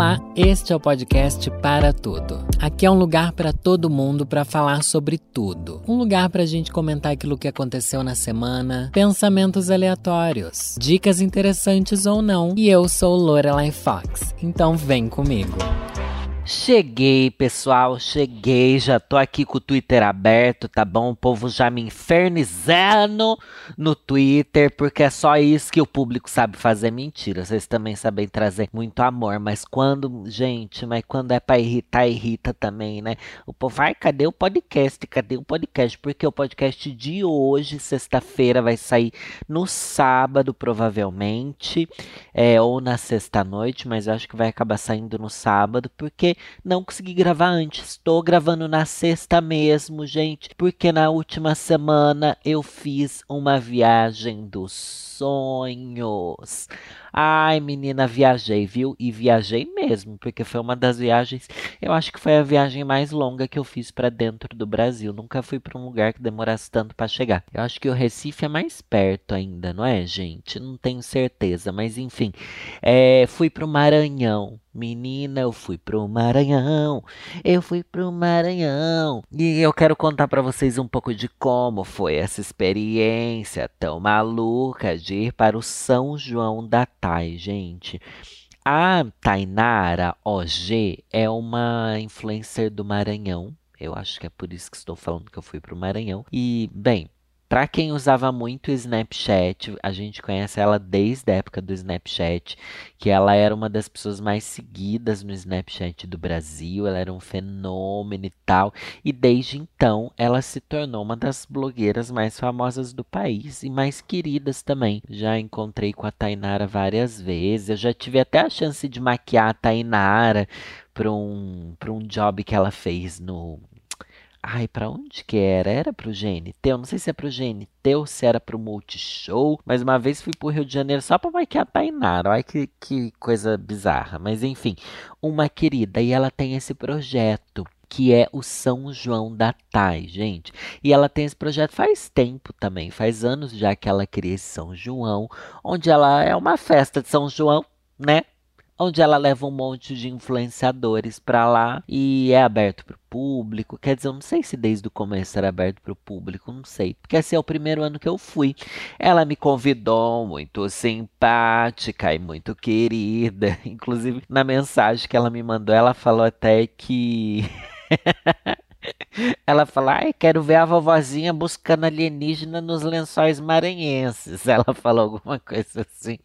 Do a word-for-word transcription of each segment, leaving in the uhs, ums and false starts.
Olá, este é o podcast Para Tudo. Aqui é um lugar para todo mundo para falar sobre tudo. Um lugar para a gente comentar aquilo que aconteceu na semana, pensamentos aleatórios, dicas interessantes ou não. E eu sou Lorelai Fox, então vem comigo. Cheguei, pessoal, cheguei, já tô aqui com o Twitter aberto, tá bom? O povo já me infernizando no Twitter, porque é só isso que o público sabe fazer, mentira. Vocês também sabem trazer muito amor, mas quando, gente, mas quando é pra irritar, irrita também, né? O povo, ai, cadê o podcast? Cadê o podcast? Porque o podcast de hoje, sexta-feira, vai sair no sábado, provavelmente, é, ou na sexta-noite, mas eu acho que vai acabar saindo no sábado, porque não consegui gravar antes. Estou gravando na sexta mesmo, gente, porque na última semana eu fiz uma viagem dos sonhos. Ai, menina, viajei, viu? E viajei mesmo, porque foi uma das viagens, eu acho que foi a viagem mais longa que eu fiz para dentro do Brasil. Nunca fui para um lugar que demorasse tanto para chegar. Eu acho que o Recife é mais perto ainda, não é, gente? Não tenho certeza, mas enfim. É, fui para o Maranhão. Menina, eu fui pro Maranhão, eu fui pro Maranhão. E eu quero contar para vocês um pouco de como foi essa experiência tão maluca de ir para o São João da Thay, gente. A Tainara O G é uma influencer do Maranhão. Eu acho que é por isso que estou falando que eu fui pro Maranhão. E, bem, para quem usava muito o Snapchat, a gente conhece ela desde a época do Snapchat, que ela era uma das pessoas mais seguidas no Snapchat do Brasil, ela era um fenômeno e tal, e desde então ela se tornou uma das blogueiras mais famosas do país e mais queridas também. Já encontrei com a Tainara várias vezes, eu já tive até a chance de maquiar a Tainara para um, para um job que ela fez no... Ai, pra onde que era? Era pro G N T? Eu não sei se é pro G N T ou se era pro Multishow. Mas uma vez fui pro Rio de Janeiro só pra maquiar a Tainara. Olha que, que coisa bizarra. Mas enfim, uma querida. E ela tem esse projeto, que é o São João da Thay, gente. E ela tem esse projeto faz tempo também. Faz anos já que ela cria esse São João. Onde ela é uma festa de São João, né? Onde ela leva um monte de influenciadores para lá e é aberto para o público. Quer dizer, eu não sei se desde o começo era aberto para o público, não sei. Porque esse é o primeiro ano que eu fui. Ela me convidou, muito simpática e muito querida. Inclusive, na mensagem que ela me mandou, ela falou até que... Ela falou, ai, quero ver a vovozinha buscando alienígena nos lençóis maranhenses. Ela falou alguma coisa assim.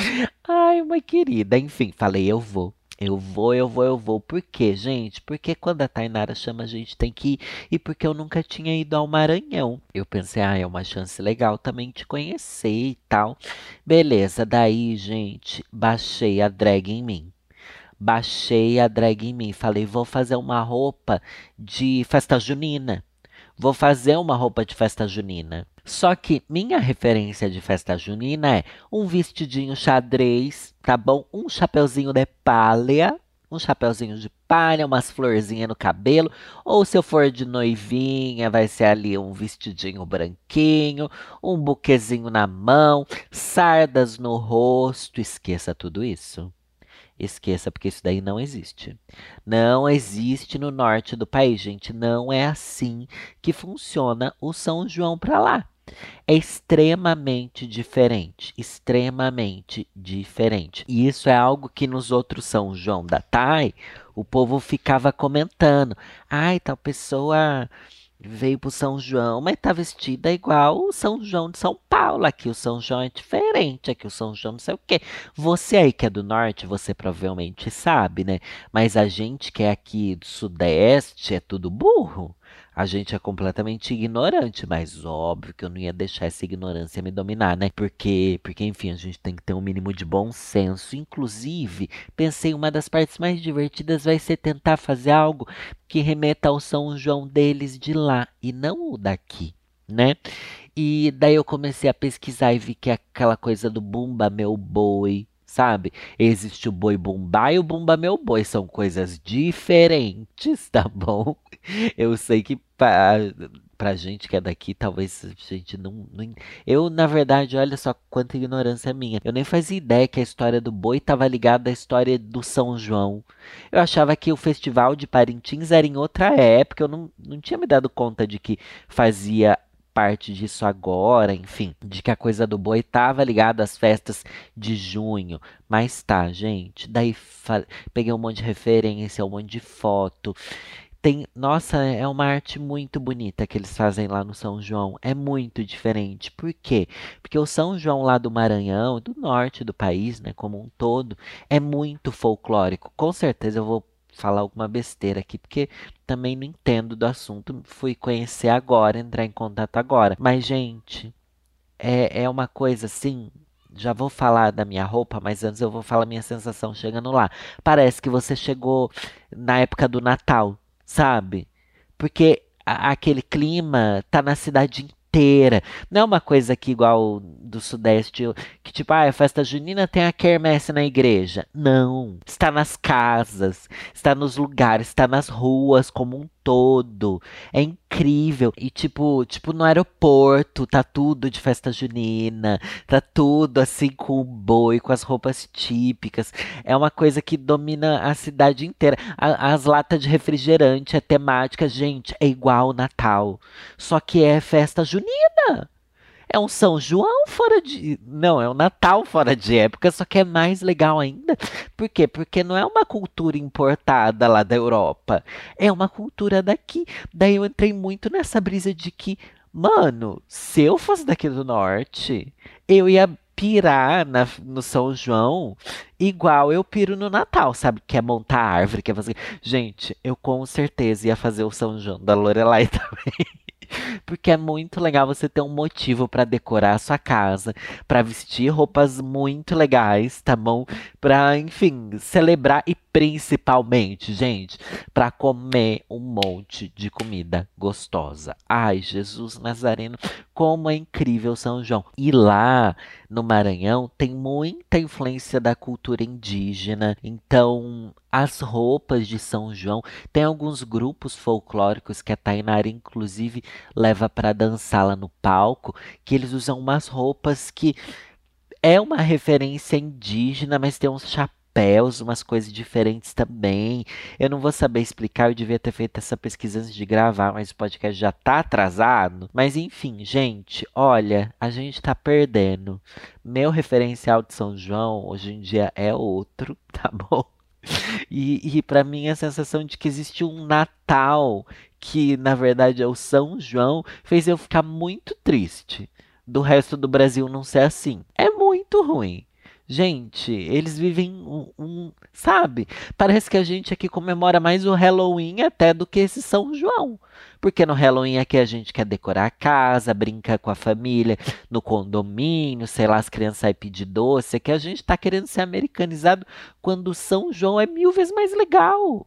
Ai, uma querida. Enfim, falei, eu vou. Eu vou, eu vou, eu vou. Por quê, gente? Porque quando a Tainara chama, a gente tem que ir. E porque eu nunca tinha ido ao Maranhão. Eu pensei, ah, é uma chance legal também de conhecer e tal. Beleza, daí, gente, baixei a drag em mim. Baixei a drag em mim. Falei, vou fazer uma roupa de festa junina. Vou fazer uma roupa de festa junina. Só que minha referência de festa junina é um vestidinho xadrez, tá bom? Um chapeuzinho de palha, um chapeuzinho de palha, umas florzinhas no cabelo. Ou se eu for de noivinha, vai ser ali um vestidinho branquinho, um buquezinho na mão, sardas no rosto. Esqueça tudo isso. Esqueça, porque isso daí não existe. Não existe no norte do país, gente. Não é assim que funciona o São João para lá. É extremamente diferente, extremamente diferente. E isso é algo que nos outros São João da Thay, o povo ficava comentando. Ai, tal pessoa veio pro São João, mas tá vestida igual o São João de São Paulo. Aqui o São João é diferente, aqui o São João não sei o quê. Você aí que é do norte, você provavelmente sabe, né? Mas a gente que é aqui do sudeste é tudo burro. A gente é completamente ignorante, mas óbvio que eu não ia deixar essa ignorância me dominar, né? Porque, porque enfim, a gente tem que ter um mínimo de bom senso. Inclusive, pensei, uma das partes mais divertidas vai ser tentar fazer algo que remeta ao São João deles de lá e não o daqui, né? E daí eu comecei a pesquisar e vi que é aquela coisa do Bumba Meu Boi, sabe? Existe o boi bumbá e o bumba meu boi, são coisas diferentes, tá bom? Eu sei que pa- pra gente que é daqui, talvez a gente não, não. Eu, na verdade, olha só quanta ignorância minha. Eu nem fazia ideia que a história do boi estava ligada à história do São João. Eu achava que o Festival de Parintins era em outra época. Eu não, não tinha me dado conta de que fazia parte disso agora, enfim, de que a coisa do boi estava ligada às festas de junho. Mas tá, gente. Daí peguei um monte de referência, um monte de foto. Tem, nossa, é uma arte muito bonita que eles fazem lá no São João. É muito diferente. Por quê? Porque o São João lá do Maranhão, do norte do país, né, como um todo, é muito folclórico. Com certeza eu vou falar alguma besteira aqui, porque também não entendo do assunto. Fui conhecer agora, entrar em contato agora. Mas, gente, é, é uma coisa assim. Já vou falar da minha roupa, mas antes eu vou falar minha sensação chegando lá. Parece que você chegou na época do Natal, sabe? Porque a- aquele clima tá na cidade inteira. Não é uma coisa aqui igual do Sudeste, que tipo, ah, a festa junina tem a quermesse na igreja. Não. Está nas casas, está nos lugares, está nas ruas como um todo. É incrível. E tipo, tipo no aeroporto, tá tudo de festa junina, tá tudo assim com o boi, com as roupas típicas. É uma coisa que domina a cidade inteira. A- as latas de refrigerante é temática, gente, é igual o Natal. Só que é festa junina. É um São João fora de. Não, é um Natal fora de época, só que é mais legal ainda. Por quê? Porque não é uma cultura importada lá da Europa. É uma cultura daqui. Daí eu entrei muito nessa brisa de que, mano, se eu fosse daqui do norte, eu ia pirar na- no São João igual eu piro no Natal, sabe? Quer montar árvore, quer fazer. Gente, eu com certeza ia fazer o São João da Lorelai porque é muito legal você ter um motivo para decorar a sua casa, para vestir roupas muito legais, tá bom? Para, enfim, celebrar e principalmente, gente, para comer um monte de comida gostosa. Ai, Jesus Nazareno, como é incrível São João. E lá no Maranhão tem muita influência da cultura indígena, então as roupas de São João tem alguns grupos folclóricos que a Tainara, inclusive, leva para dançar lá no palco, que eles usam umas roupas que é uma referência indígena, mas tem uns chapéus, umas coisas diferentes também. Eu não vou saber explicar, eu devia ter feito essa pesquisa antes de gravar, mas o podcast já tá atrasado. Mas enfim, gente, olha, a gente tá perdendo. Meu referencial de São João hoje em dia é outro, tá bom? E, e para mim a sensação de que existe um Natal, que na verdade é o São João, fez eu ficar muito triste do resto do Brasil não ser assim. É muito ruim. Gente, eles vivem um, um- sabe? Parece que a gente aqui comemora mais o Halloween até do que esse São João. Porque no Halloween aqui a gente quer decorar a casa, brincar com a família, no condomínio, sei lá, as crianças saem pedir doce, que a gente tá querendo ser americanizado quando o São João é mil vezes mais legal.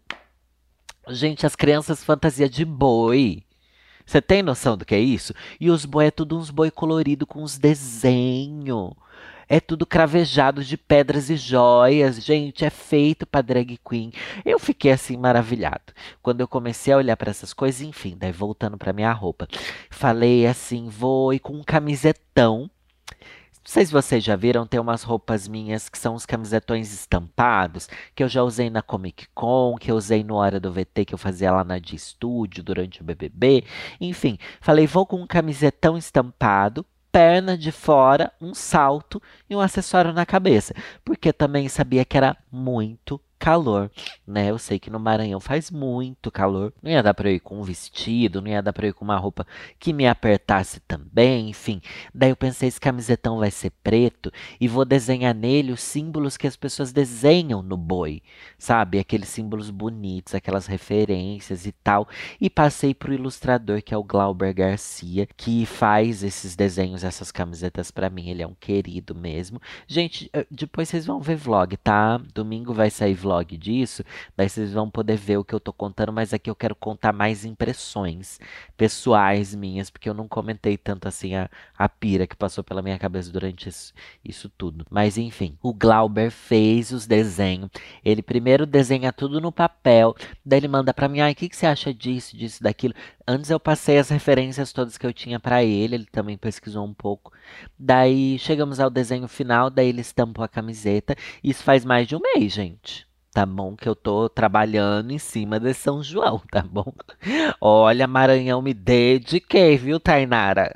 Gente, as crianças fantasia de boi. Você tem noção do que é isso? E os boi é tudo uns boi colorido com uns desenhos. É tudo cravejado de pedras e joias. Gente, é feito para drag queen. Eu fiquei assim maravilhado. Quando eu comecei a olhar para essas coisas, enfim, daí voltando para minha roupa. Falei assim, vou ir com um camisetão. Não sei se vocês já viram, tem umas roupas minhas que são os camisetões estampados, que eu já usei na Comic Con, que eu usei no Hora do V T, que eu fazia lá na de estúdio durante o B B B. Enfim, falei, vou com um camisetão estampado, perna de fora, um salto e um acessório na cabeça, porque também sabia que era muito calor, né? Eu sei que no Maranhão faz muito calor. Não ia dar pra eu ir com um vestido, não ia dar pra eu ir com uma roupa que me apertasse também, enfim. Daí eu pensei, esse camisetão vai ser preto e vou desenhar nele os símbolos que as pessoas desenham no boi, sabe? Aqueles símbolos bonitos, aquelas referências e tal. E passei pro ilustrador, que é o Glauber Garcia, que faz esses desenhos, essas camisetas pra mim. Ele é um querido mesmo. Gente, eh, depois vocês vão ver vlog, tá? Domingo vai sair vlog disso, daí vocês vão poder ver o que eu tô contando, mas aqui eu quero contar mais impressões pessoais minhas, porque eu não comentei tanto assim a, a pira que passou pela minha cabeça durante isso, isso tudo. Mas enfim, o Glauber fez os desenhos. Ele primeiro desenha tudo no papel, daí ele manda pra mim, ai, o que, que você acha disso, disso, daquilo? Antes eu passei as referências todas que eu tinha pra ele, ele também pesquisou um pouco. Daí chegamos ao desenho final, daí ele estampou a camiseta. Isso faz mais de um mês, gente. Tá bom que eu tô trabalhando em cima de São João, tá bom? Olha, Maranhão, me dediquei, viu, Tainara?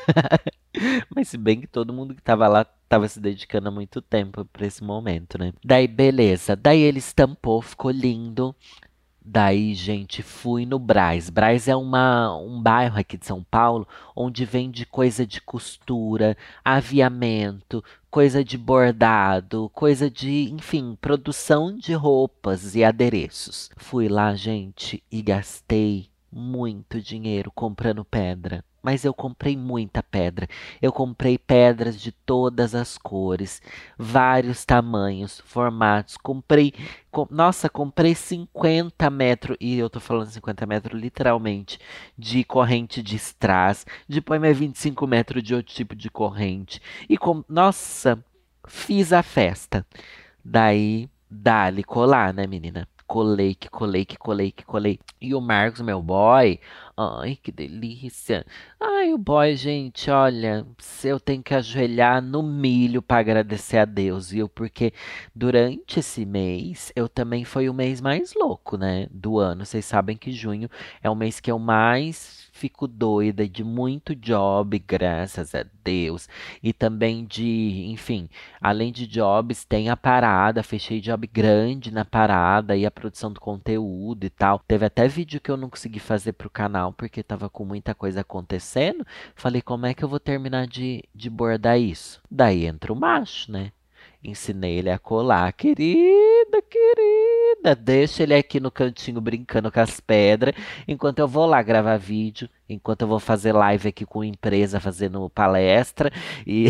Mas se bem que todo mundo que tava lá tava se dedicando há muito tempo pra esse momento, né? Daí, beleza. Daí ele estampou, ficou lindo. Daí, gente, fui no Brás. Brás é uma, um bairro aqui de São Paulo onde vende coisa de costura, aviamento, coisa de bordado, coisa de, enfim, produção de roupas e adereços. Fui lá, gente, e gastei muito dinheiro comprando pedra. Mas eu comprei muita pedra. Eu comprei pedras de todas as cores, vários tamanhos, formatos. Comprei Com- Nossa, comprei cinquenta metros, e eu tô falando cinquenta metros literalmente, de corrente de strass. Depois mais vinte e cinco metros de outro tipo de corrente. E com, nossa, fiz a festa. Daí, dali colar, né, menina? Colei, que colei, que colei, que colei. E o Marcos, meu boy, ai, que delícia. Ai, o boy, gente, olha, se eu tenho que ajoelhar no milho para agradecer a Deus, viu? Porque durante esse mês, eu também foi o mês mais louco, né, do ano. Vocês sabem que junho é o mês que eu mais fico doida de muito job, graças a Deus. E também de, enfim, além de jobs, tem a parada. Fechei job grande na parada e a produção do conteúdo e tal. Teve até vídeo que eu não consegui fazer pro canal porque tava com muita coisa acontecendo. Falei, como é que eu vou terminar de, de bordar isso? Daí entra o macho, né? Ensinei ele a colar. Querida, querida, deixa ele aqui no cantinho brincando com as pedras, enquanto eu vou lá gravar vídeo, enquanto eu vou fazer live aqui com empresa, fazendo palestra. E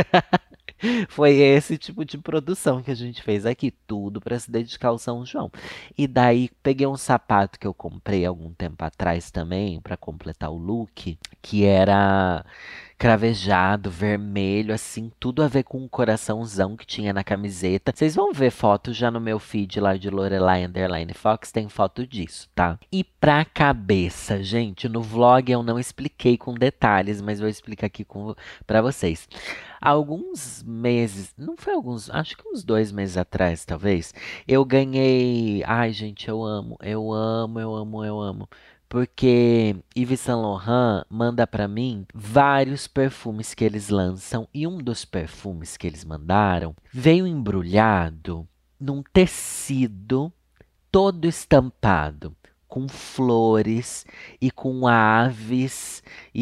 foi esse tipo de produção que a gente fez aqui, tudo para se dedicar ao São João. E daí peguei um sapato que eu comprei algum tempo atrás também, para completar o look, que era cravejado, vermelho, assim, tudo a ver com o coraçãozão que tinha na camiseta. Vocês vão ver foto já no meu feed lá de Lorelai Underline Fox, tem foto disso, tá? E pra cabeça, gente, no vlog eu não expliquei com detalhes, mas vou explicar aqui com, pra vocês. Alguns meses, não foi alguns, acho que uns dois meses atrás, talvez, eu ganhei. Ai, gente, eu amo, eu amo, eu amo, eu amo. Porque Yves Saint Laurent manda pra mim vários perfumes que eles lançam e um dos perfumes que eles mandaram veio embrulhado num tecido todo estampado, com flores e com aves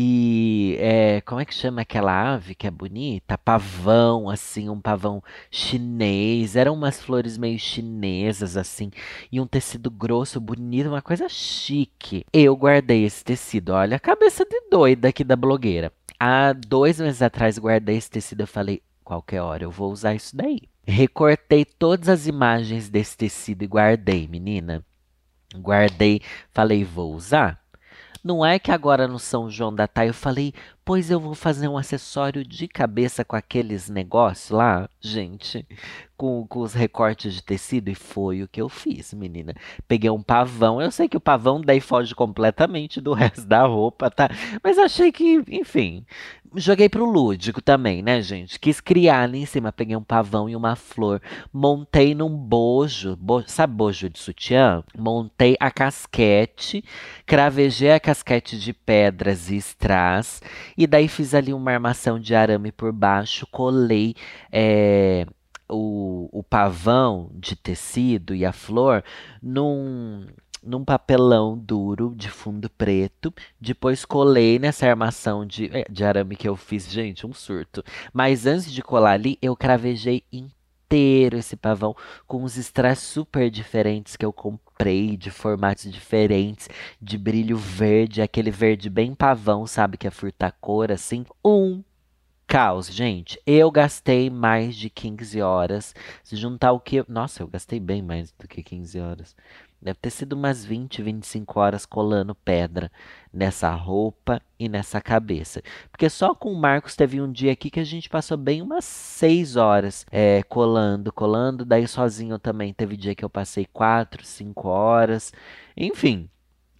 e é, como é que chama aquela ave que é bonita? Pavão, assim, um pavão chinês. Eram umas flores meio chinesas, assim, e um tecido grosso, bonito, uma coisa chique. Eu guardei esse tecido, olha a cabeça de doida aqui da blogueira. Há dois meses atrás guardei esse tecido, eu falei, qualquer hora eu vou usar isso daí. Recortei todas as imagens desse tecido e guardei, menina. Guardei, falei, vou usar. Não é que agora no São João da Thay eu falei, pois eu vou fazer um acessório de cabeça com aqueles negócios lá, gente, com, com os recortes de tecido, e foi o que eu fiz, menina. Peguei um pavão, eu sei que o pavão daí foge completamente do resto da roupa, tá? Mas achei que, enfim, joguei pro lúdico também, né, gente? Quis criar ali em cima, peguei um pavão e uma flor, montei num bojo, bo- sabe bojo de sutiã? Montei a casquete, cravejei a casquete de pedras e strass, e daí fiz ali uma armação de arame por baixo, colei eh, o, o pavão de tecido e a flor num, num papelão duro de fundo preto. Depois colei nessa armação de, eh, de arame que eu fiz, gente, um surto. Mas antes de colar ali, eu cravejei inteiro esse pavão com uns strass super diferentes que eu comprei, de formatos diferentes, de brilho verde, aquele verde bem pavão, sabe? Que é furta-cor, assim. Um caos, gente. Eu gastei mais de quinze horas. Se juntar o que. eu- Nossa, eu gastei bem mais do que quinze horas. Deve ter sido umas vinte, vinte e cinco horas colando pedra nessa roupa e nessa cabeça. Porque só com o Marcos teve um dia aqui que a gente passou bem umas seis horas é, colando, colando. Daí sozinho também teve dia que eu passei quatro, cinco horas. Enfim.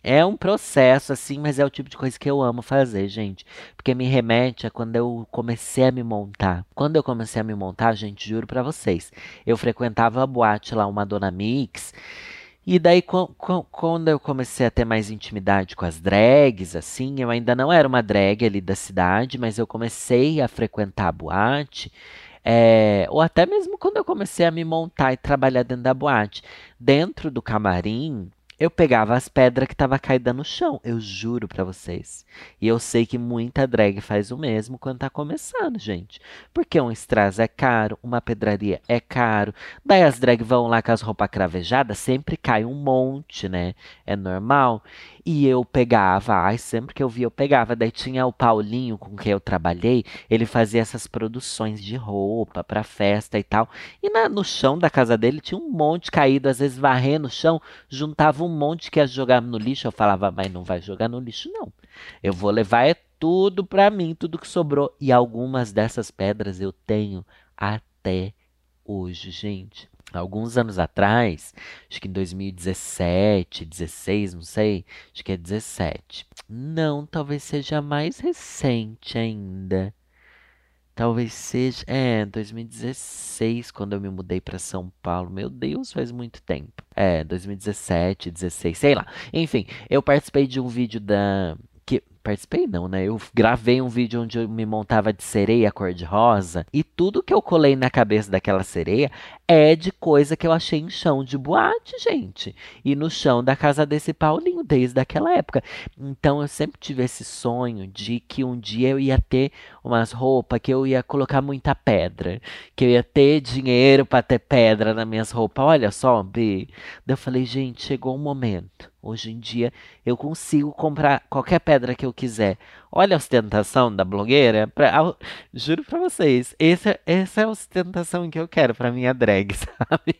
É um processo, assim, mas é o tipo de coisa que eu amo fazer, gente. Porque me remete a quando eu comecei a me montar. Quando eu comecei a me montar, gente, juro pra vocês, eu frequentava a boate lá, uma Dona Mix. E daí, quan- quan- quando eu comecei a ter mais intimidade com as drags, assim, eu ainda não era uma drag ali da cidade, mas eu comecei a frequentar a boate. É, ou até mesmo quando eu comecei a me montar e trabalhar dentro da boate. Dentro do camarim, eu pegava as pedras que tava caídas no chão, eu juro pra vocês. E eu sei que muita drag faz o mesmo quando tá começando, gente. Porque um strass é caro, uma pedraria é caro. Daí as drag vão lá com as roupas cravejadas, sempre cai um monte, né? É normal. E eu pegava, ai, sempre que eu via eu pegava. Daí tinha o Paulinho com quem eu trabalhei, ele fazia essas produções de roupa pra festa e tal. E na- no chão da casa dele tinha um monte caído, às vezes varrendo o chão, juntava um monte que ia jogar no lixo. Eu falava, mas não vai jogar no lixo, não. Eu vou levar é tudo pra mim, tudo que sobrou. E algumas dessas pedras eu tenho até hoje, gente. Alguns anos atrás, acho que em dois mil e dezessete, dezesseis, não sei, acho que é dezessete. Não, talvez seja mais recente ainda. Talvez seja, é, dois mil e dezesseis, quando eu me mudei para São Paulo. Meu Deus, faz muito tempo. É, dois mil e dezessete, dezesseis, sei lá. Enfim, eu participei de um vídeo da que participei não, né? Eu gravei um vídeo onde eu me montava de sereia cor-de-rosa e tudo que eu colei na cabeça daquela sereia é de coisa que eu achei em chão de boate, gente. E no chão da casa desse Paulinho desde aquela época. Então eu sempre tive esse sonho de que um dia eu ia ter umas roupas que eu ia colocar muita pedra, que eu ia ter dinheiro para ter pedra nas minhas roupas. Olha só, Bi. Daí eu falei, gente, chegou um momento. Hoje em dia eu consigo comprar qualquer pedra que eu quiser. Olha a ostentação da blogueira. Pra- au- juro pra vocês, esse, essa é a ostentação que eu quero pra minha drag, sabe?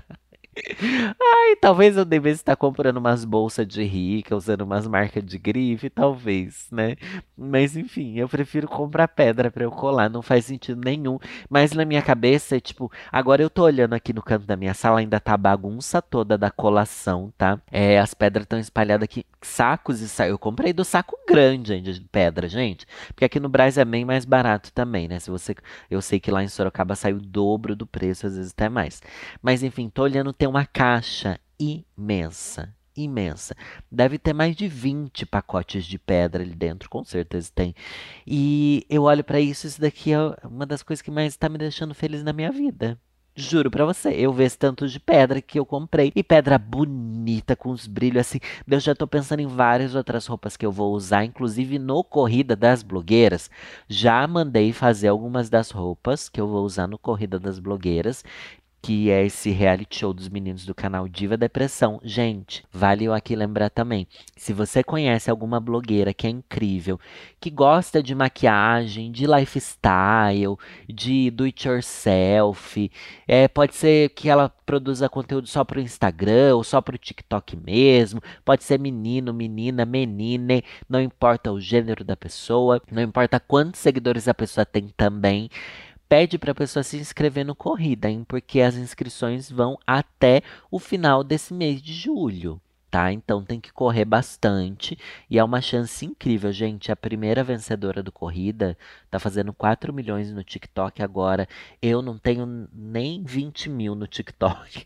Ai, talvez eu devesse estar comprando umas bolsas de rica, usando umas marcas de grife, talvez, né? Mas enfim, eu prefiro comprar pedra pra eu colar, não faz sentido nenhum. Mas na minha cabeça, é tipo, agora eu tô olhando aqui no canto da minha sala, ainda tá a bagunça toda da colação, tá? É, as pedras estão espalhadas aqui, sacos e sacos. Eu comprei do saco grande ainda de pedra, gente, porque aqui no Brás é bem mais barato também, né? Se você, eu sei que lá em Sorocaba sai o dobro do preço, às vezes até mais. Mas enfim, tô olhando, tem uma caixa imensa, imensa. Deve ter mais de vinte pacotes de pedra ali dentro, com certeza tem. E eu olho pra isso, isso daqui é uma das coisas que mais tá me deixando feliz na minha vida. Juro pra você, eu vejo esse tanto de pedra que eu comprei. E pedra bonita, com os brilhos assim. Eu já tô pensando em várias outras roupas que eu vou usar, inclusive no Corrida das Blogueiras. Já mandei fazer algumas das roupas que eu vou usar no Corrida das Blogueiras, que é esse reality show dos meninos do canal Diva Depressão. Gente, vale eu aqui lembrar também, se você conhece alguma blogueira que é incrível, que gosta de maquiagem, de lifestyle, de do it yourself, é, pode ser que ela produza conteúdo só para o Instagram ou só para o TikTok mesmo, pode ser menino, menina, menine, não importa o gênero da pessoa, não importa quantos seguidores a pessoa tem também. Pede para a pessoa se inscrever no Corrida, hein? Porque as inscrições vão até o final desse mês de julho, tá? Então tem que correr bastante e é uma chance incrível, gente. A primeira vencedora do Corrida tá fazendo quatro milhões no TikTok agora. Eu não tenho nem vinte mil no TikTok.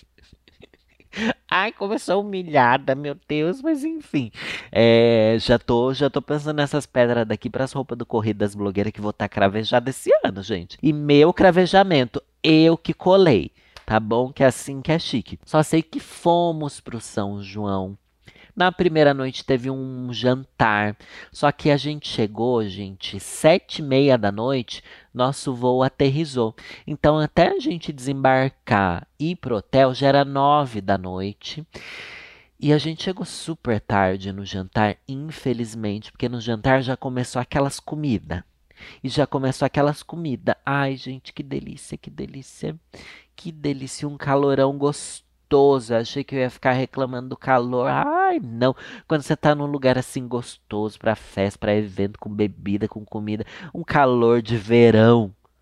Ai, como eu sou humilhada, meu Deus, mas enfim. É, já tô, já tô pensando nessas pedras daqui pras roupas do Correio das Blogueiras que vou estar cravejada esse ano, gente. E meu cravejamento, eu que colei. Tá bom? Que é assim que é chique. Só sei que fomos pro São João. Na primeira noite teve um jantar, só que a gente chegou, gente, sete e meia da noite, nosso voo aterrissou. Então, até a gente desembarcar e ir pro hotel já era nove da noite. E a gente chegou super tarde no jantar, infelizmente, porque no jantar já começou aquelas comidas. E já começou aquelas comidas. Ai, gente, que delícia, que delícia. Que delícia, um calorão gostoso. Eu achei que eu ia ficar reclamando do calor. Ai, não. Quando você tá num lugar assim gostoso, pra festa, pra evento, com bebida, com comida, um calor de verão.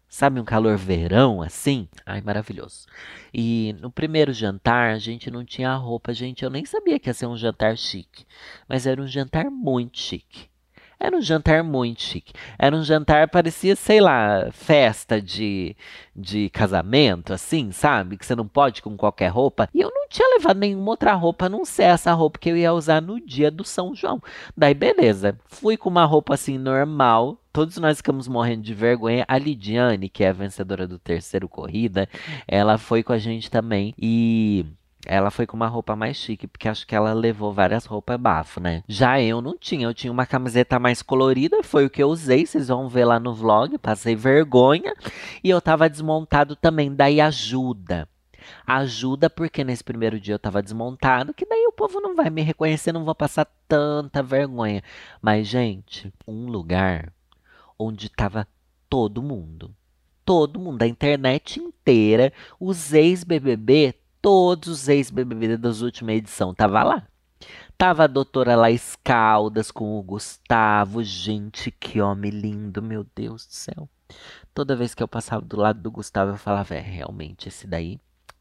Sabe, um calor verão, assim? Ai, maravilhoso. E no primeiro jantar, a gente não tinha roupa. Gente, eu nem sabia que ia ser um jantar chique. Mas era um jantar muito chique. Era um jantar muito chique. Era um jantar, parecia, sei lá, festa de, de casamento, assim, sabe? Que você não pode ir com qualquer roupa. E eu não tinha levado nenhuma outra roupa, a não ser essa roupa que eu ia usar no dia do São João. Daí, beleza. Fui com uma roupa assim, normal. Todos nós ficamos morrendo de vergonha. A Lidiane, que é a vencedora do terceiro corrida, ela foi com a gente também. E ela foi com uma roupa mais chique, porque acho que ela levou várias roupas bafo, né? Já eu não tinha, eu tinha uma camiseta mais colorida, foi o que eu usei, vocês vão ver lá no vlog, passei vergonha. E eu tava desmontado também, daí ajuda. Ajuda porque nesse primeiro dia eu tava desmontado, que daí o povo não vai me reconhecer, não vou passar tanta vergonha. Mas, gente, um lugar onde tava todo mundo. Todo mundo, a internet inteira, os ex-B B B, todos os ex-B B B das últimas edições, tava lá. Tava a doutora Laís Caldas com o Gustavo. Gente, que homem lindo, meu Deus do céu. Toda vez que eu passava do lado do Gustavo, eu falava, é, realmente, esse daí,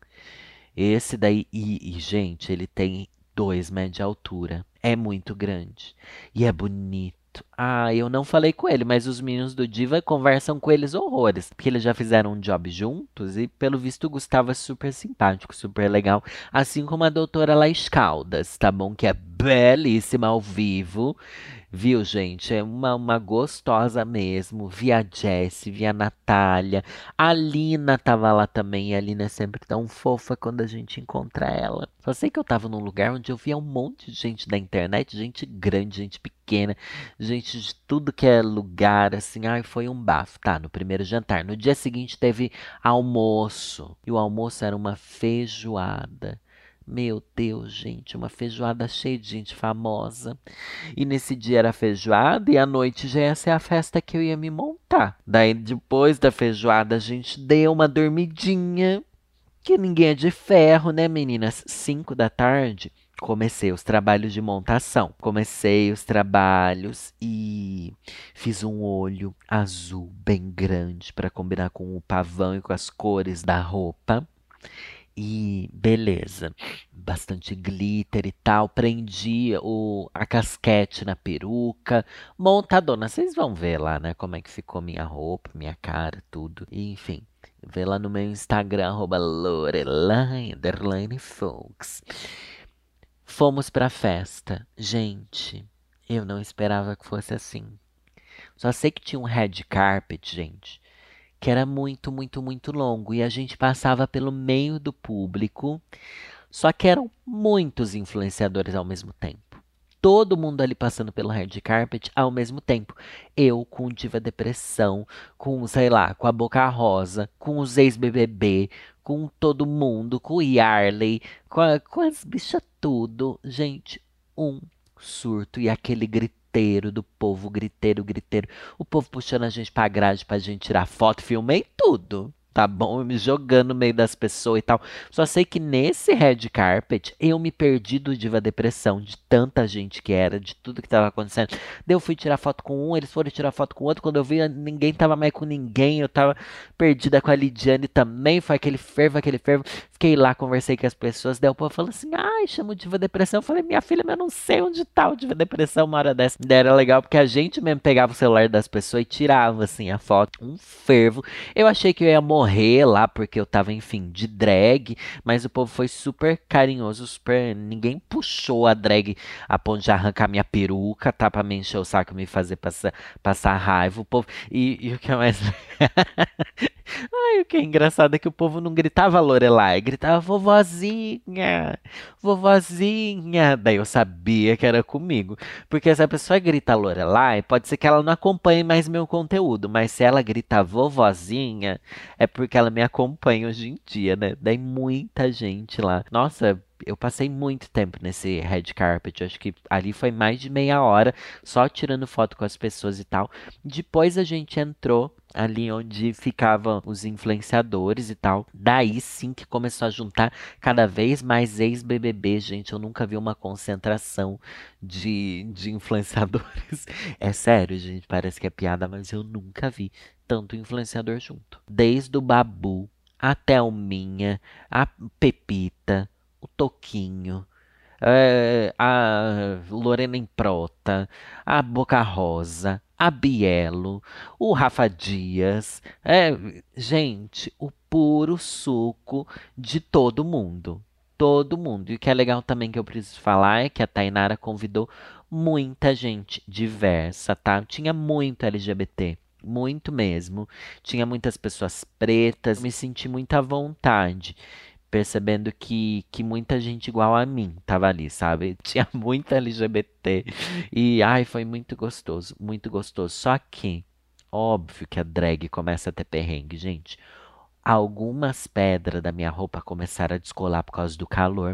esse daí, e, e, gente, ele tem dois metros de altura. É muito grande. E é bonito. Ah, eu não falei com ele, mas os meninos do Diva conversam com eles horrores. Porque eles já fizeram um job juntos e, pelo visto, o Gustavo é super simpático, super legal. Assim como a doutora Laís Caldas, tá bom? Que é belíssima ao vivo. Viu, gente? É uma, uma gostosa mesmo. Vi a Jessie, vi a Natália. A Lina tava lá também. E a Lina é sempre tão fofa quando a gente encontra ela. Só sei que eu tava num lugar onde eu via um monte de gente da internet, gente grande, gente pequena, gente de tudo que é lugar, assim. Ai, foi um bafo, tá? No primeiro jantar. No dia seguinte teve almoço. E o almoço era uma feijoada. Meu Deus, gente, uma feijoada cheia de gente famosa. E nesse dia era feijoada e à noite já ia ser a festa que eu ia me montar. Daí depois da feijoada a gente deu uma dormidinha, que ninguém é de ferro, né, meninas? Cinco da tarde comecei os trabalhos de montação. Comecei os trabalhos e fiz um olho azul bem grande para combinar com o pavão e com as cores da roupa. E beleza, bastante glitter e tal. Prendi o, a casquete na peruca. Montadona, vocês vão ver lá, né? Como é que ficou minha roupa, minha cara, tudo. E, enfim, vê lá no meu Instagram, arroba Lorelai, underline Folks. Fomos pra festa. Gente, eu não esperava que fosse assim. Só sei que tinha um red carpet, gente, que era muito, muito, muito longo. E a gente passava pelo meio do público, só que eram muitos influenciadores ao mesmo tempo. Todo mundo ali passando pelo red carpet ao mesmo tempo. Eu com Diva Depressão, com, sei lá, com a Boca Rosa, com os ex-B B B, com todo mundo, com o Yarley, com, a- com as bichas tudo. Gente, um surto. E aquele griteiro do povo, griteiro, griteiro. O povo puxando a gente pra grade pra gente tirar foto, filmei tudo. Tá bom? Eu me jogando no meio das pessoas e tal. Só sei que nesse red carpet eu me perdi do Diva Depressão, de tanta gente que era, de tudo que tava acontecendo. Daí eu fui tirar foto com um, eles foram tirar foto com o outro. Quando eu vi, ninguém tava mais com ninguém. Eu tava perdida com a Lidiane também. Foi aquele fervo, aquele fervo. Fiquei lá, conversei com as pessoas. Daí o povo falou assim: ai, chama o Diva Depressão. Eu falei: minha filha, mas eu não sei onde tá o Diva Depressão uma hora dessa. Daí era legal porque a gente mesmo pegava o celular das pessoas e tirava assim a foto. Um fervo. Eu achei que eu ia morrer lá porque eu tava, enfim, de drag, mas o povo foi super carinhoso, super. Ninguém puxou a drag a ponto de arrancar minha peruca, tá? Pra me encher o saco, me fazer passar, passar raiva. O povo. E, e o que é mais. Ai, o que é engraçado é que o povo não gritava Lorelai, gritava vovozinha, vovozinha. Daí eu sabia que era comigo. Porque se a pessoa grita Lorelai, pode ser que ela não acompanhe mais meu conteúdo, mas se ela grita vovozinha, é porque ela me acompanha hoje em dia, né? Daí muita gente lá. Nossa, eu passei muito tempo nesse red carpet. Eu acho que ali foi mais de meia hora só tirando foto com as pessoas e tal. Depois a gente entrou ali onde ficavam os influenciadores e tal. Daí sim que começou a juntar cada vez mais ex-B B B, gente. Eu nunca vi uma concentração de, de influenciadores. É sério, gente, parece que é piada, mas eu nunca vi tanto influenciador junto. Desde o Babu, a Thelminha, a Pepita, o Toquinho, é, a Lorena Improta, a Boca Rosa, a Bielo, o Rafa Dias. É, gente, o puro suco de todo mundo. Todo mundo. E o que é legal também que eu preciso falar é que a Tainara convidou muita gente diversa, tá? Tinha muito L G B T. Muito mesmo. Tinha muitas pessoas pretas. Me senti muito à vontade percebendo que, que muita gente igual a mim tava ali, sabe? Tinha muita L G B T. E, ai, foi muito gostoso, muito gostoso. Só que, óbvio que a drag começa a ter perrengue, gente. Algumas pedras da minha roupa começaram a descolar por causa do calor.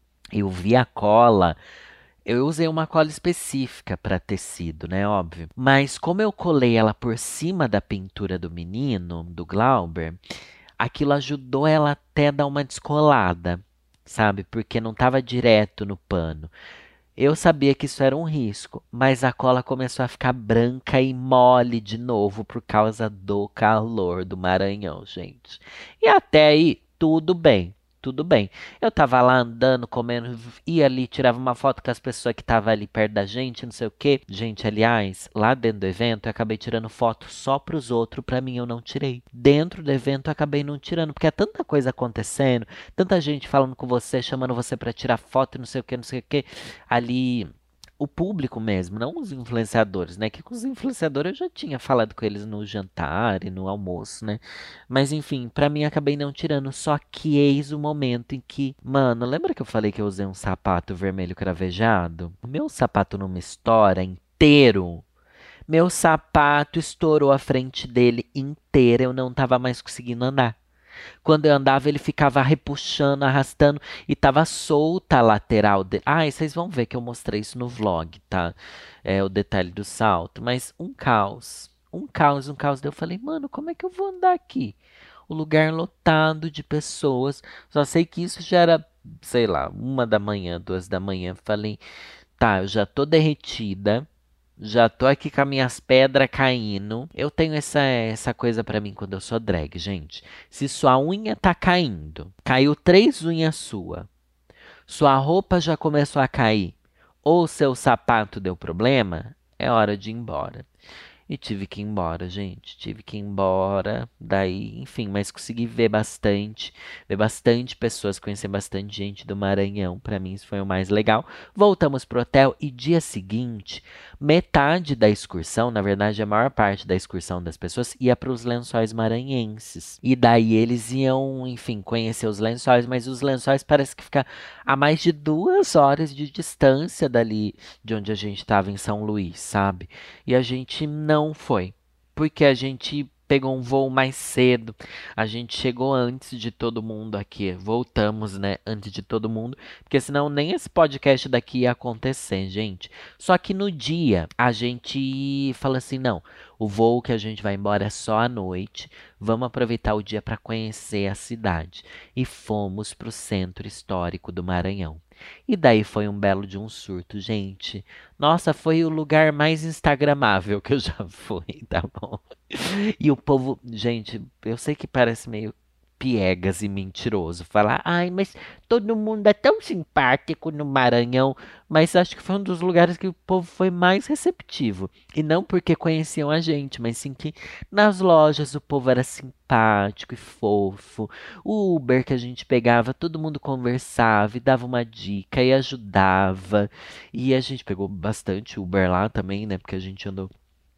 Eu vi a cola. Eu usei uma cola específica para tecido, né? Óbvio. Mas como eu colei ela por cima da pintura do menino, do Glauber, aquilo ajudou ela até a dar uma descolada, sabe? Porque não estava direto no pano. Eu sabia que isso era um risco, mas a cola começou a ficar branca e mole de novo por causa do calor do Maranhão, gente. E até aí, tudo bem. Tudo bem. Eu tava lá andando, comendo, ia ali, tirava uma foto com as pessoas que estavam ali perto da gente, não sei o quê. Gente, aliás, lá dentro do evento, eu acabei tirando foto só pros outros, pra mim eu não tirei. Dentro do evento, eu acabei não tirando, porque é tanta coisa acontecendo, tanta gente falando com você, chamando você pra tirar foto e não sei o quê, não sei o quê. Ali, o público mesmo, não os influenciadores, né? Que com os influenciadores eu já tinha falado com eles no jantar e no almoço, né? Mas enfim, pra mim acabei não tirando, só que eis o momento em que, mano, lembra que eu falei que eu usei um sapato vermelho cravejado? O meu sapato numa estoura inteiro. Meu sapato estourou a frente dele inteira, eu não tava mais conseguindo andar. Quando eu andava, ele ficava repuxando, arrastando e tava solta a lateral dele. Ah, e vocês vão ver que eu mostrei isso no vlog, tá? É o detalhe do salto. Mas um caos. Um caos, um caos. Daí eu falei, mano, como é que eu vou andar aqui? O lugar lotado de pessoas. Só sei que isso já era, sei lá, uma da manhã, duas da manhã. Falei, tá, eu já tô derretida. Já tô aqui com as minhas pedras caindo. Eu tenho essa, essa coisa pra mim quando eu sou drag, gente. Se sua unha tá caindo, caiu três unhas sua, sua roupa já começou a cair, ou seu sapato deu problema, é hora de ir embora. E tive que ir embora, gente. Tive que ir embora. Daí, enfim, mas consegui ver bastante. Ver bastante pessoas, conhecer bastante gente do Maranhão. Pra mim, isso foi o mais legal. Voltamos pro hotel e dia seguinte, metade da excursão, na verdade, a maior parte da excursão das pessoas ia para os Lençóis Maranhenses. E daí eles iam, enfim, conhecer os lençóis, mas os lençóis parece que fica a mais de duas horas de distância dali de onde a gente estava em São Luís, sabe? E a gente não foi, porque a gente pegou um voo mais cedo, a gente chegou antes de todo mundo aqui, voltamos, né, antes de todo mundo, porque senão nem esse podcast daqui ia acontecer, gente. Só que no dia a gente fala assim, não, o voo que a gente vai embora é só à noite, vamos aproveitar o dia para conhecer a cidade. E fomos para o centro histórico do Maranhão. E daí foi um belo de um surto, gente. Nossa, foi o lugar mais instagramável que eu já fui, tá bom? E o povo, gente, eu sei que parece meio piegas e mentiroso falar, ai, mas todo mundo é tão simpático no Maranhão, mas acho que foi um dos lugares que o povo foi mais receptivo. E não porque conheciam a gente, mas sim que nas lojas o povo era simpático e fofo. O Uber que a gente pegava, todo mundo conversava e dava uma dica e ajudava. E a gente pegou bastante Uber lá também, né? Porque a gente andou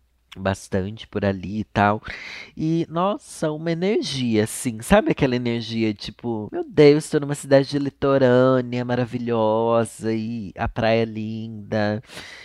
bastante por ali e tal. E, nossa, uma energia, assim. Sabe aquela energia, tipo, meu Deus, estou numa cidade litorânea maravilhosa e a praia linda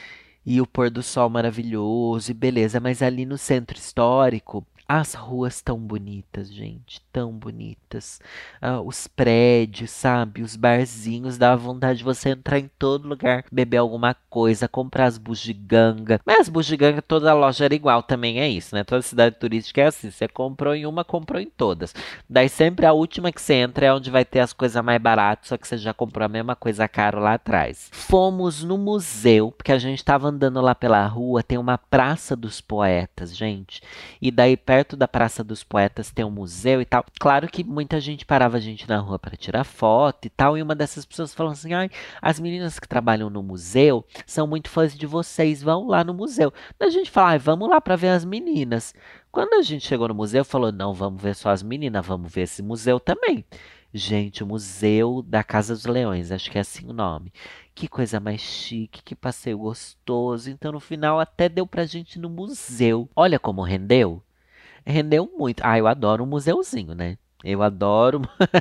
e o pôr do sol maravilhoso e beleza. Mas ali no centro histórico, as ruas tão bonitas, gente, tão bonitas. Ah, os prédios, sabe? Os barzinhos, dava vontade de você entrar em todo lugar, beber alguma coisa, comprar as bugiganga. Mas as bugiganga, toda loja era igual, também é isso, né? Toda cidade turística é assim, você comprou em uma, comprou em todas. Daí sempre a última que você entra é onde vai ter as coisas mais baratas, só que você já comprou a mesma coisa caro lá atrás. Fomos no museu, porque a gente tava andando lá pela rua, tem uma Praça dos Poetas, gente. E daí perto perto da Praça dos Poetas tem um museu e tal. Claro que muita gente parava a gente na rua para tirar foto e tal, e uma dessas pessoas falou assim, ai, as meninas que trabalham no museu são muito fãs de vocês, vão lá no museu. Daí a gente fala, ai, vamos lá para ver as meninas. Quando a gente chegou no museu, falou, não, vamos ver só as meninas, vamos ver esse museu também. Gente, o Museu da Casa dos Leões, acho que é assim o nome. Que coisa mais chique, que passeio gostoso. Então, no final, até deu pra gente ir no museu. Olha como rendeu. Rendeu muito. Ah, eu adoro um museuzinho, né? Eu adoro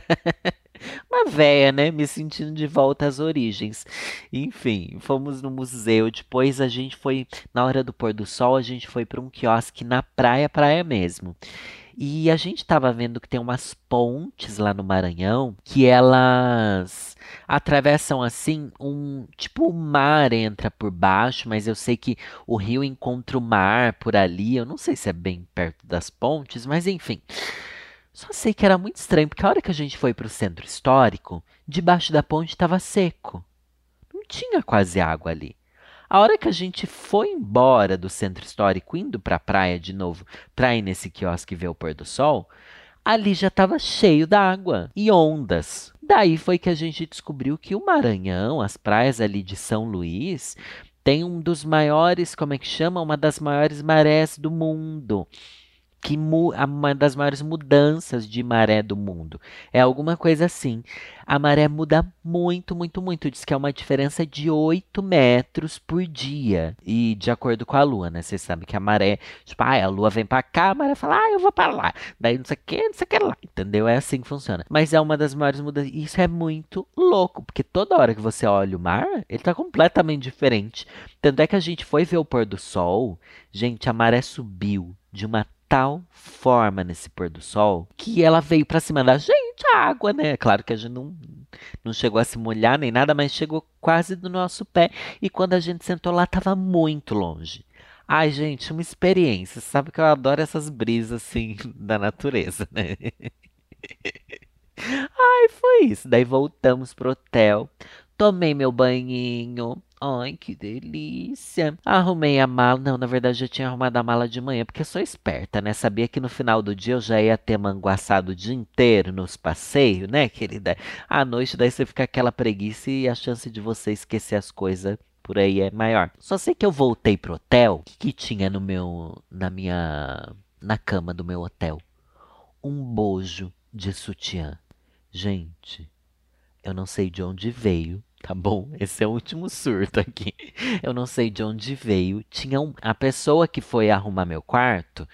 uma véia, né? Me sentindo de volta às origens. Enfim, fomos no museu. Depois a gente foi, na hora do pôr do sol, a gente foi para um quiosque na praia, praia mesmo. E a gente tava vendo que tem umas pontes lá no Maranhão que elas atravessam assim um tipo o mar entra por baixo, mas eu sei que o rio encontra o mar por ali. Eu não sei se é bem perto das pontes, mas enfim. Só sei que era muito estranho, porque a hora que a gente foi pro centro histórico, debaixo da ponte estava seco. Não tinha quase água ali. A hora que a gente foi embora do centro histórico, indo para a praia de novo, para ir nesse quiosque ver o pôr do sol, ali já estava cheio d'água e ondas. Daí foi que a gente descobriu que o Maranhão, as praias ali de São Luís, tem um dos maiores, como é que chama? Uma das maiores marés do mundo. Que mu- a- uma das maiores mudanças de maré do mundo. É alguma coisa assim. A maré muda muito, muito, muito. Diz que é uma diferença de oito metros por dia. E de acordo com a lua, né? Vocês sabem que a maré, tipo, ah, a lua vem pra cá, a maré fala, ah, eu vou pra lá. Daí não sei o que, não sei o que lá. Entendeu? É assim que funciona. Mas é uma das maiores mudanças. E isso é muito louco, porque toda hora que você olha o mar, ele tá completamente diferente. Tanto é que a gente foi ver o pôr do sol, gente, a maré subiu de uma tal forma nesse pôr do sol que ela veio pra cima da gente, a água, né? Claro que a gente não, não chegou a se molhar nem nada, mas chegou quase do nosso pé. E quando a gente sentou lá, tava muito longe. Ai, gente, uma experiência. Sabe que eu adoro essas brisas assim da natureza, né? Aí foi isso. Daí voltamos pro hotel. Tomei meu banhinho. Ai, que delícia. Arrumei a mala. Não, na verdade, eu já tinha arrumado a mala de manhã, porque eu sou esperta, né? Sabia que no final do dia eu já ia ter manguaçado o dia inteiro nos passeios, né, querida? À noite, daí você fica aquela preguiça e a chance de você esquecer as coisas por aí é maior. Só sei que eu voltei pro hotel. O que, que tinha no meu, na minha, na cama do meu hotel? Um bojo de sutiã. Gente, eu não sei de onde veio, tá bom? Esse é o último surto aqui. Eu não sei de onde veio. Tinha um, a pessoa que foi arrumar meu quarto,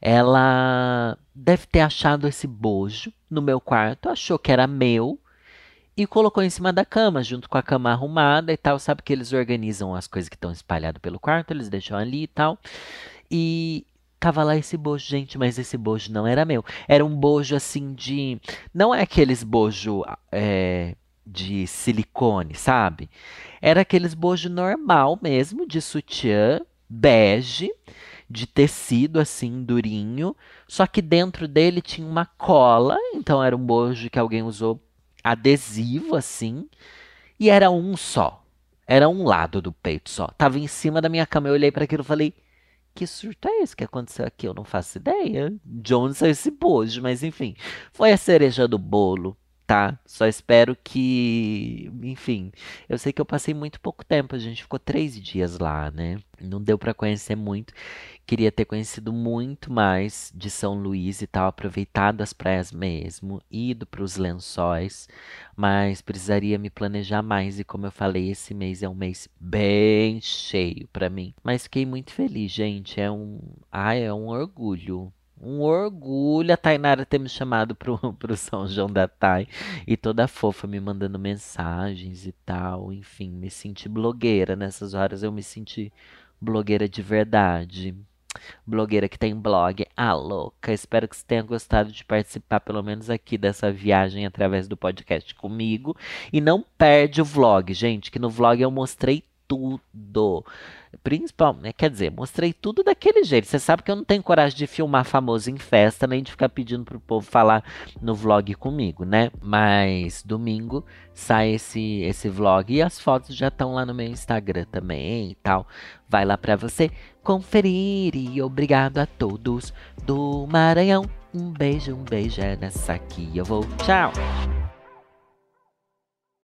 ela deve ter achado esse bojo no meu quarto, achou que era meu e colocou em cima da cama, junto com a cama arrumada e tal. Sabe que eles organizam as coisas que estão espalhadas pelo quarto, eles deixam ali e tal. E tava lá esse bojo, gente, mas esse bojo não era meu. Era um bojo assim de. Não é aqueles bojo é, de silicone, sabe? Era aqueles bojo normal mesmo, de sutiã, bege, de tecido assim, durinho. Só que dentro dele tinha uma cola, então era um bojo que alguém usou adesivo assim. E era um só. Era um lado do peito só. Tava em cima da minha cama. Eu olhei para aquilo e falei. Que surto é esse que aconteceu aqui? Eu não faço ideia de onde saiu esse bojo, mas enfim, foi a cereja do bolo, tá? Só espero que, enfim, eu sei que eu passei muito pouco tempo, a gente ficou três dias lá, né? Não deu pra conhecer muito. Queria ter conhecido muito mais de São Luís e tal, aproveitado as praias mesmo, ido para os lençóis, mas precisaria me planejar mais. E como eu falei, esse mês é um mês bem cheio para mim. Mas fiquei muito feliz, gente. É um, ai, é um orgulho. Um orgulho a Tainara ter me chamado pro, pro São João da Tai e toda fofa me mandando mensagens e tal. Enfim, me senti blogueira. Nessas horas eu me senti blogueira de verdade. Blogueira que tem blog. Ah, louca. Espero que você tenha gostado de participar, pelo menos aqui, dessa viagem através do podcast comigo. E não perde o vlog, gente, que no vlog eu mostrei tudo. Principalmente, quer dizer, mostrei tudo daquele jeito. Você sabe que eu não tenho coragem de filmar famoso em festa, nem de ficar pedindo pro povo falar no vlog comigo, né? Mas domingo sai esse, esse vlog e as fotos já estão lá no meu Instagram também e tal. Vai lá pra você conferir e obrigado a todos do Maranhão. Um beijo, um beijo é nessa aqui. Eu vou. Tchau!